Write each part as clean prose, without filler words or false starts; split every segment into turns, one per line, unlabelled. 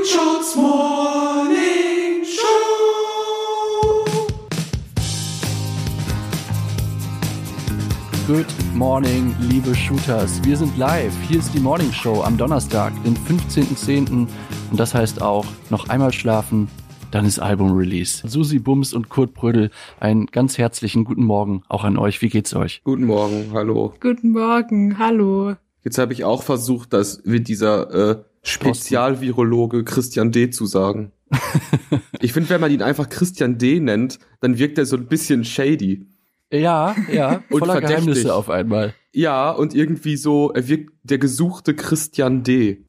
Schrutschutz Morning Show.
Good morning, liebe Shooters. Wir sind live. Hier ist die Morning Show am Donnerstag, den 15.10. Und das heißt auch, noch einmal schlafen, dann ist Album-Release. Susi Bums und Kurt Brödel, einen ganz herzlichen guten Morgen auch an euch. Wie geht's euch?
Guten Morgen, hallo.
Guten Morgen, hallo.
Jetzt habe ich auch versucht, das wie dieser Spezialvirologe Christian D. zu sagen. Ich finde, wenn man ihn einfach Christian D. nennt, dann wirkt er so ein bisschen shady.
Ja,
Und
voller
verdächtig.
Geheimnisse auf einmal.
Ja, und irgendwie so, er wirkt der gesuchte Christian D.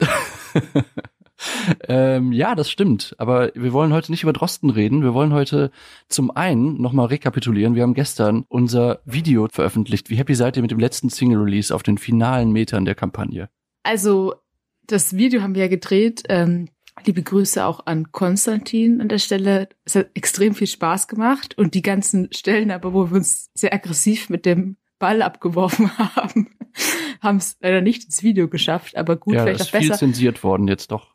Ja, das stimmt. Aber wir wollen heute nicht über Drosten reden. Wir wollen heute zum einen nochmal rekapitulieren. Wir haben gestern unser Video veröffentlicht. Wie happy seid ihr mit dem letzten Single-Release auf den finalen Metern der Kampagne?
Also, das Video haben wir ja gedreht. Liebe Grüße auch an Konstantin an der Stelle. Es hat extrem viel Spaß gemacht. Und die ganzen Stellen aber, wo wir uns sehr aggressiv mit dem Ball abgeworfen haben es leider nicht ins Video geschafft, aber gut,
ja,
vielleicht
ist
auch besser.
Viel zensiert worden jetzt doch.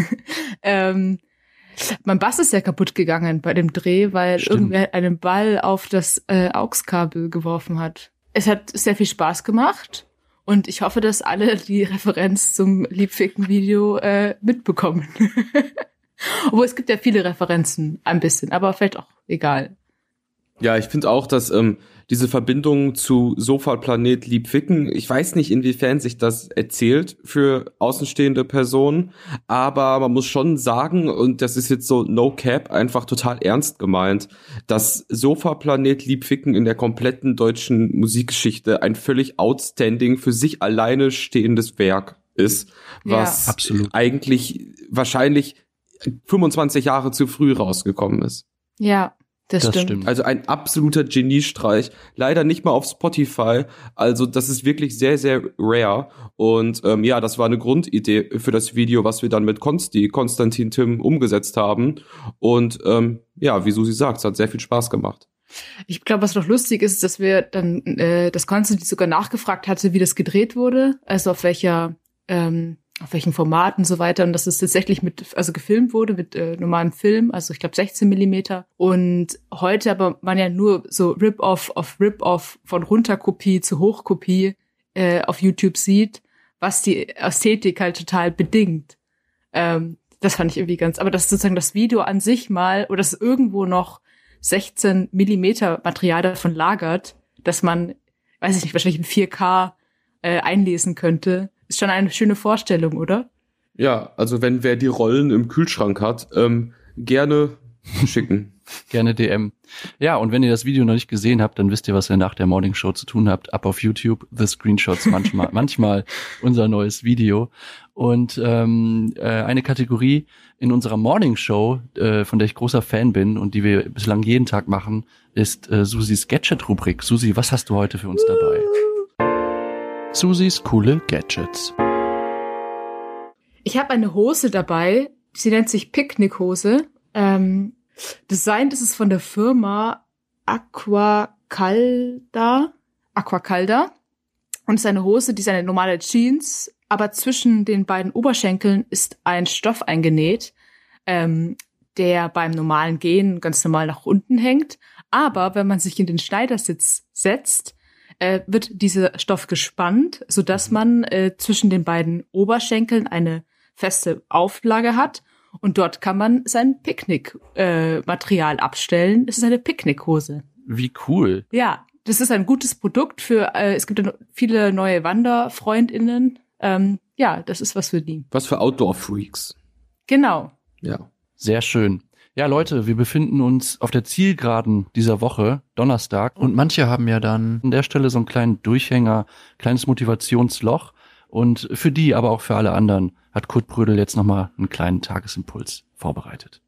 Mein Bass ist ja kaputt gegangen bei dem Dreh, weil irgendwer einen Ball auf das AUX-Kabel geworfen hat. Es hat sehr viel Spaß gemacht und ich hoffe, dass alle die Referenz zum Liebficken-Video mitbekommen. Obwohl, es gibt ja viele Referenzen, ein bisschen, aber vielleicht auch egal.
Ja, ich finde auch, dass diese Verbindung zu Sofa-Planet Liebficken, ich weiß nicht, inwiefern sich das erzählt für außenstehende Personen, aber man muss schon sagen, und das ist jetzt so no cap, einfach total ernst gemeint, dass Sofa-Planet Liebficken in der kompletten deutschen Musikgeschichte ein völlig outstanding, für sich alleine stehendes Werk ist, was
absolut
eigentlich wahrscheinlich 25 Jahre zu früh rausgekommen ist.
Ja. Das stimmt.
Also ein absoluter Geniestreich. Leider nicht mal auf Spotify. Also das ist wirklich sehr, sehr rare. Und ja, das war eine Grundidee für das Video, was wir dann mit Konstantin Tim umgesetzt haben. Und ja, wie Susi sagt, es hat sehr viel Spaß gemacht.
Ich glaube, was noch lustig ist, dass wir dann, dass Konstantin sogar nachgefragt hatte, wie das gedreht wurde. Also auf welchem Format und so weiter, und dass es tatsächlich gefilmt wurde mit normalem Film, also ich glaube 16 Millimeter. Und heute aber man ja nur so Rip-Off auf Rip-Off von Runterkopie zu Hochkopie auf YouTube sieht, was die Ästhetik halt total bedingt. Das fand ich irgendwie aber dass sozusagen das Video an sich mal, oder dass irgendwo noch 16 Millimeter Material davon lagert, dass man, weiß ich nicht, wahrscheinlich in 4K einlesen könnte, ist schon eine schöne Vorstellung, oder?
Ja, also wenn wer die Rollen im Kühlschrank hat, gerne schicken.
Gerne DM. Ja, und wenn ihr das Video noch nicht gesehen habt, dann wisst ihr, was ihr nach der Morning Show zu tun habt. Ab auf YouTube, The Screenshots, manchmal unser neues Video. Und eine Kategorie in unserer Morning Show, von der ich großer Fan bin und die wir bislang jeden Tag machen, ist Susis Gadget-Rubrik. Susi, was hast du heute für uns dabei? Susis coole Gadgets.
Ich habe eine Hose dabei, sie nennt sich Picknickhose. Designt ist es von der Firma Aquacalda. Und es ist eine Hose, die ist eine normale Jeans, aber zwischen den beiden Oberschenkeln ist ein Stoff eingenäht, der beim normalen Gehen ganz normal nach unten hängt. Aber wenn man sich in den Schneidersitz setzt, wird dieser Stoff gespannt, sodass man zwischen den beiden Oberschenkeln eine feste Auflage hat und dort kann man sein Picknick-Material abstellen. Es ist eine Picknickhose.
Wie cool.
Ja, das ist ein gutes Produkt für, es gibt ja viele neue WanderfreundInnen. Ja, das ist was für die.
Was für Outdoor-Freaks.
Genau.
Ja.
Sehr schön. Ja, Leute, wir befinden uns auf der Zielgeraden dieser Woche, Donnerstag. Und manche haben ja dann an der Stelle so einen kleinen Durchhänger, kleines Motivationsloch. Und für die, aber auch für alle anderen, hat Kurt Brödel jetzt nochmal einen kleinen Tagesimpuls vorbereitet.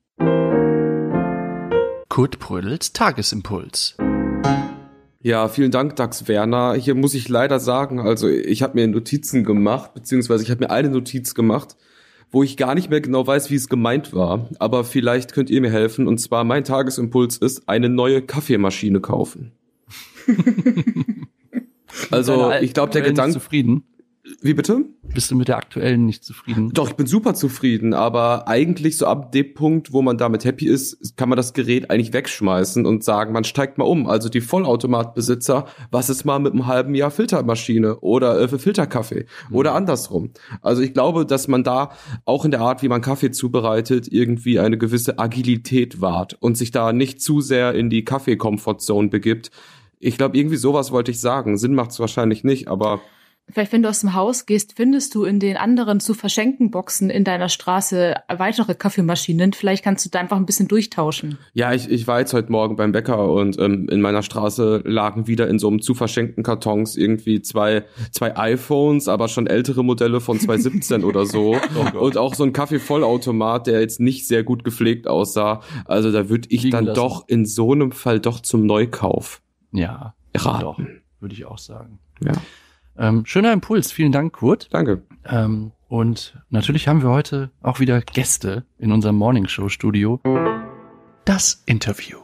Kurt Brödels Tagesimpuls.
Ja, vielen Dank, Dax Werner. Hier muss ich leider sagen, also ich habe mir Notizen gemacht, beziehungsweise ich habe mir eine Notiz gemacht, wo ich gar nicht mehr genau weiß, wie es gemeint war. Aber vielleicht könnt ihr mir helfen. Und zwar, mein Tagesimpuls ist, eine neue Kaffeemaschine kaufen. Also, ich glaube, der Gedanke...
Zufrieden?
Wie bitte?
Bist du mit der aktuellen nicht zufrieden?
Doch, ich bin super zufrieden, aber eigentlich so ab dem Punkt, wo man damit happy ist, kann man das Gerät eigentlich wegschmeißen und sagen, man steigt mal um. Also die Vollautomatbesitzer, was ist mal mit einem halben Jahr Filtermaschine oder für Filterkaffee oder andersrum. Also ich glaube, dass man da auch in der Art, wie man Kaffee zubereitet, irgendwie eine gewisse Agilität wahrt und sich da nicht zu sehr in die Kaffee-Comfort-Zone begibt. Ich glaube, irgendwie sowas wollte ich sagen. Sinn macht's wahrscheinlich nicht, aber
Vielleicht, wenn du aus dem Haus gehst, findest du in den anderen zu verschenken Boxen in deiner Straße weitere Kaffeemaschinen. Vielleicht kannst du da einfach ein bisschen durchtauschen.
ja, ich war jetzt heute Morgen beim Bäcker und in meiner Straße lagen wieder in so einem zu verschenkten Kartons irgendwie zwei iPhones, aber schon ältere Modelle von 2017 oder so. Und auch so ein Kaffeevollautomat, der jetzt nicht sehr gut gepflegt aussah. Also da würde ich
Liegen
dann
lassen.
doch in so einem Fall doch zum Neukauf
Ja,
raten.
doch, würde ich auch sagen.
Ja,
Schöner Impuls, vielen Dank, Kurt.
danke.
Und natürlich haben wir heute auch wieder Gäste in unserem Morningshow-Studio. Das Interview.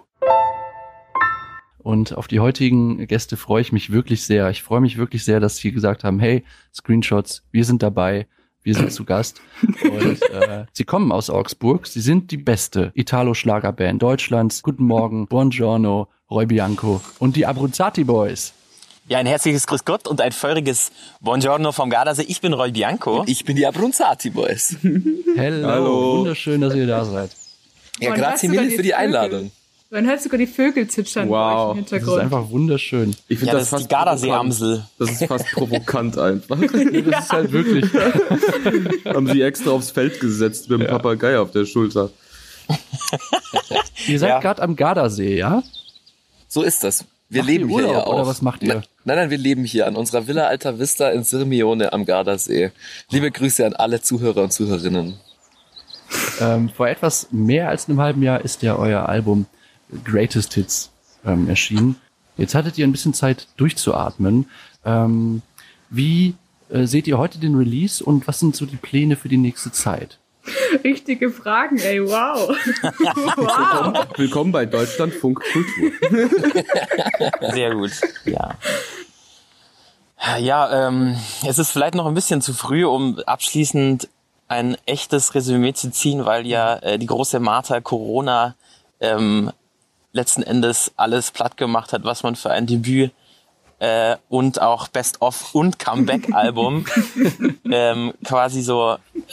Und auf die heutigen Gäste freue ich mich wirklich sehr. Ich freue mich wirklich sehr, dass sie gesagt haben, hey, Screenshots, wir sind dabei, wir sind zu Gast. Und sie kommen aus Augsburg. Sie sind die beste Italo-Schlagerband Deutschlands. Guten Morgen, Buongiorno, Roy Bianco und die Abruzzati Boys.
Ja, ein herzliches Grüß Gott und ein feuriges Buongiorno vom Gardasee. Ich bin Roy Bianco.
Ich bin die Abruzzati Boys.
Hello,
Hallo.
Wunderschön, dass ihr da seid.
Ja,
Man hört
grazie
sogar
mille für die
Vögel.
Einladung.
Man hört sogar die Vögel zwitschern bei
Wow.
euch im
Das ist
Hintergrund.
einfach wunderschön.
Ich finde
Ja, das ist die Gardasee-Amsel.
Das ist fast provokant einfach.
Das ist halt wirklich.
Haben sie extra aufs Feld gesetzt mit dem Papagei auf der Schulter.
Ihr seid
Ja.
gerade am Gardasee, ja?
So ist das. Wir
Macht ihr
leben
Urlaub,
hier ja auch.
oder was macht ihr?
Nein, wir leben hier an unserer Villa Alta Vista in Sirmione am Gardasee. Liebe Grüße an alle Zuhörer und Zuhörerinnen.
Vor etwas mehr als einem halben Jahr ist ja euer Album Greatest Hits erschienen. Jetzt hattet ihr ein bisschen Zeit durchzuatmen. Wie seht ihr heute den Release und was sind so die Pläne für die nächste Zeit?
Richtige Fragen, ey, wow. Wow.
Willkommen bei Deutschlandfunk Kultur.
Sehr gut, ja. Ja, es ist vielleicht noch ein bisschen zu früh, um abschließend ein echtes Resümee zu ziehen, weil ja die große Martha Corona letzten Endes alles platt gemacht hat, was man für ein Debüt und auch Best-of und Comeback-Album quasi so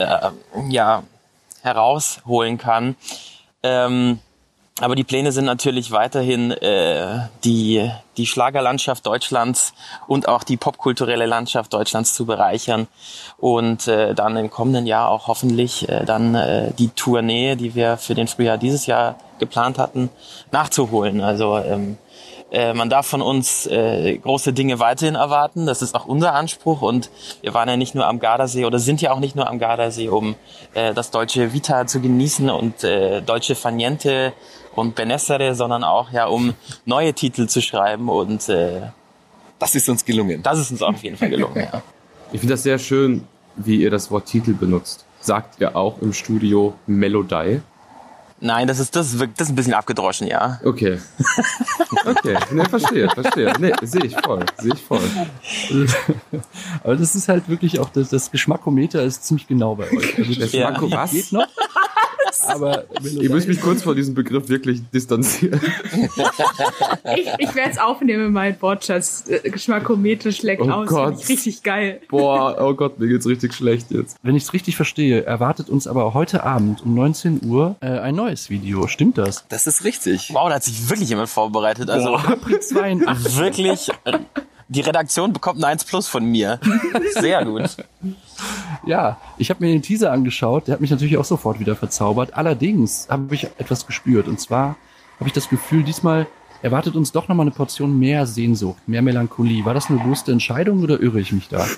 herausholen kann. Aber die Pläne sind natürlich weiterhin die Schlagerlandschaft Deutschlands und auch die popkulturelle Landschaft Deutschlands zu bereichern und dann im kommenden Jahr auch hoffentlich dann die Tournee, die wir für den Frühjahr dieses Jahr geplant hatten, nachzuholen. Also man darf von uns große Dinge weiterhin erwarten. Das ist auch unser Anspruch. Und wir waren ja nicht nur am Gardasee oder sind ja auch nicht nur am Gardasee, um das deutsche Vita zu genießen und deutsche Faniente und Benessere, sondern auch ja, um neue Titel zu schreiben. Und
Das ist uns gelungen.
das ist uns auf jeden Fall gelungen. Ja.
Ich finde das sehr schön, wie ihr das Wort Titel benutzt. Sagt ihr auch im Studio Melodie?
Nein, das ist ein bisschen abgedroschen, ja.
Okay. Okay, ne, verstehe. Ne, sehe ich voll.
Aber das ist halt wirklich auch, das Geschmackometer ist ziemlich genau bei euch. Also das
Ja.
Marco, was?
geht noch. Aber
Ich muss mich kurz von diesem Begriff wirklich distanzieren.
Ich werde es aufnehmen, mein Wortschatz. Geschmackometer schlägt
Oh
aus.
Gott.
Finde ich richtig geil.
Boah, oh Gott, mir geht's richtig schlecht jetzt.
wenn ich es richtig verstehe, erwartet uns aber heute Abend um 19 Uhr ein neues Video. Stimmt das?
Das ist richtig.
Wow, da hat sich wirklich jemand vorbereitet. Also
Capri 82.
wirklich, die Redaktion bekommt ein 1+ von mir. Sehr gut.
Ja, ich habe mir den Teaser angeschaut, der hat mich natürlich auch sofort wieder verzaubert. Allerdings habe ich etwas gespürt. Und zwar habe ich das Gefühl, diesmal erwartet uns doch nochmal eine Portion mehr Sehnsucht, mehr Melancholie. War das eine bewusste Entscheidung oder irre ich mich da?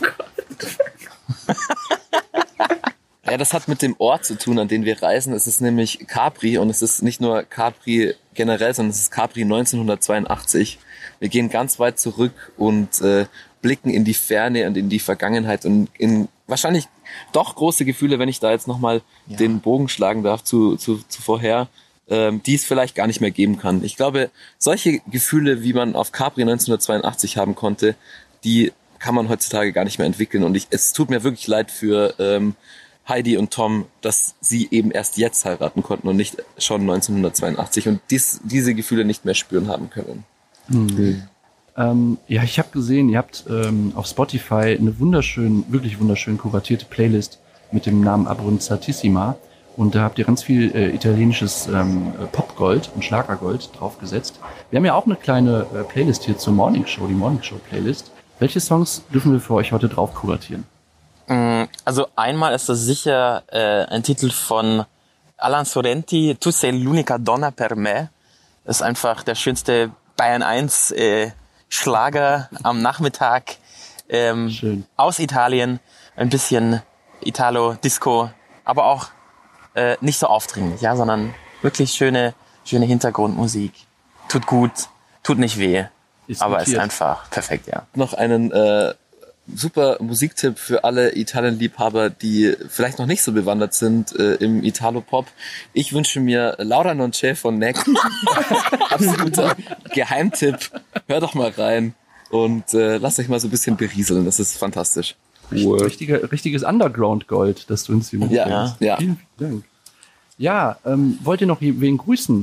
Ja, das hat mit dem Ort zu tun, an den wir reisen. Es ist nämlich Capri und es ist nicht nur Capri generell, sondern es ist Capri 1982. Wir gehen ganz weit zurück und blicken in die Ferne und in die Vergangenheit und in wahrscheinlich doch große Gefühle, wenn ich da jetzt nochmal den Bogen schlagen darf zu vorher, die es vielleicht gar nicht mehr geben kann. Ich glaube, solche Gefühle, wie man auf Capri 1982 haben konnte, die kann man heutzutage gar nicht mehr entwickeln. Und es tut mir wirklich leid für Heidi und Tom, dass sie eben erst jetzt heiraten konnten und nicht schon 1982 und diese Gefühle nicht mehr spüren haben können.
Ja, ich habe gesehen, ihr habt auf Spotify eine wirklich wunderschön kuratierte Playlist mit dem Namen Abronzatissima. Und da habt ihr ganz viel italienisches Popgold und Schlagergold draufgesetzt. Wir haben ja auch eine kleine Playlist hier zur Morning Show, die Morning Show Playlist. Welche Songs dürfen wir für euch heute drauf kuratieren?
Also einmal ist das sicher ein Titel von Alan Sorrenti, Tu sei l'unica donna per me. Das ist einfach der schönste Bayern 1 Schlager am Nachmittag aus Italien. Ein bisschen Italo-Disco, aber auch nicht so aufdringlich, ja, sondern wirklich schöne Hintergrundmusik. Tut gut, tut nicht weh, aber ist einfach perfekt, ja.
Noch einen super Musiktipp für alle Italien-Liebhaber, die vielleicht noch nicht so bewandert sind im Italo-Pop. Ich wünsche mir Laura Non C'è von Neck. Absoluter Geheimtipp. Hört doch mal rein und lasst euch mal so ein bisschen berieseln. Das ist fantastisch.
Cool.
Richtiges Underground-Gold, das du uns hier mitbringst.
Ja.
Vielen Dank. Ja, wollt ihr noch wen grüßen?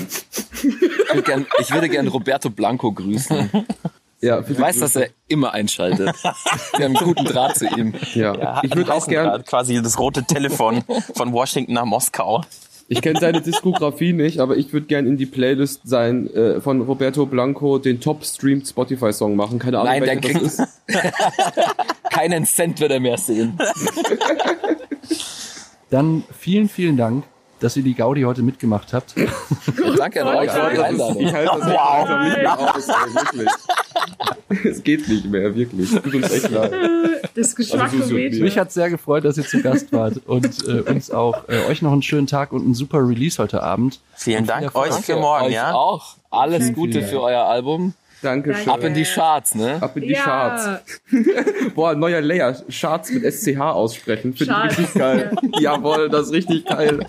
Ich würde gern Roberto Blanco grüßen.
Ja,
Ich weiß, dass er immer einschaltet. Wir haben einen guten Draht zu ihm.
Ja, ich würde auch gern.
Quasi das rote Telefon von Washington nach Moskau.
Ich kenne seine Diskografie nicht, aber ich würde gern in die Playlist von Roberto Blanco den Top-Streamed Spotify-Song machen. Keine Ahnung,
Nein, der
welcher das ist.
Keinen Cent wird er mehr sehen.
Dann vielen, vielen Dank, dass ihr die Gaudi heute mitgemacht habt.
Ja, danke an euch für die Einladung.
Ich halte das langsam nicht mehr aus, ey, wirklich. Es geht nicht mehr, wirklich. Tut uns echt leid.
Das
Also,
Geschmacksometer.
Mich hat sehr gefreut, dass ihr zu Gast wart und uns auch euch noch einen schönen Tag und einen super Release heute Abend.
Vielen
Und viel
Dank
Erfolg.
euch für morgen,
Euch
ja.
auch. Alles
Vielen,
Gute
vielen
für
Dank.
euer Album.
Dankeschön.
Ab in die Charts, ne?
Ab in die Charts. Boah, neuer Layer. Charts mit SCH aussprechen. Finde ich
Charts.
richtig geil. Jawohl, das ist richtig geil.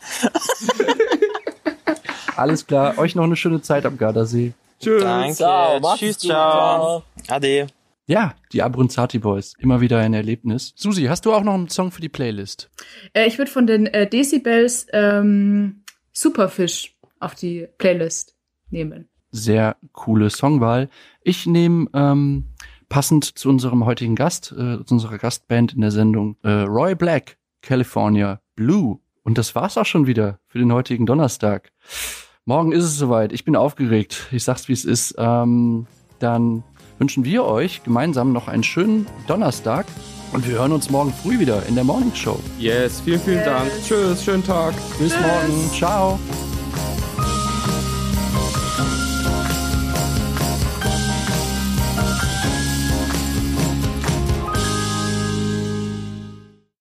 Alles klar, euch noch eine schöne Zeit am Gardasee.
Tschüss.
Danke.
Ciao, macht's
Tschüss,
gut.
ciao. Ade.
Ja, die Abronzati Boys. Immer wieder ein Erlebnis. Susi, hast du auch noch einen Song für die Playlist?
Ich würde von den Decibels Superfish auf die Playlist nehmen.
Sehr coole Songwahl. Ich nehme passend zu unserem heutigen Gast, zu unserer Gastband in der Sendung, Roy Black, California Blue. Und das war's auch schon wieder für den heutigen Donnerstag. Morgen ist es soweit. Ich bin aufgeregt. Ich sag's, wie es ist. Dann wünschen wir euch gemeinsam noch einen schönen Donnerstag. Und wir hören uns morgen früh wieder in der Morning Show.
Yes, vielen, vielen Dank. Tschüss, schönen Tag.
Bis morgen. Ciao.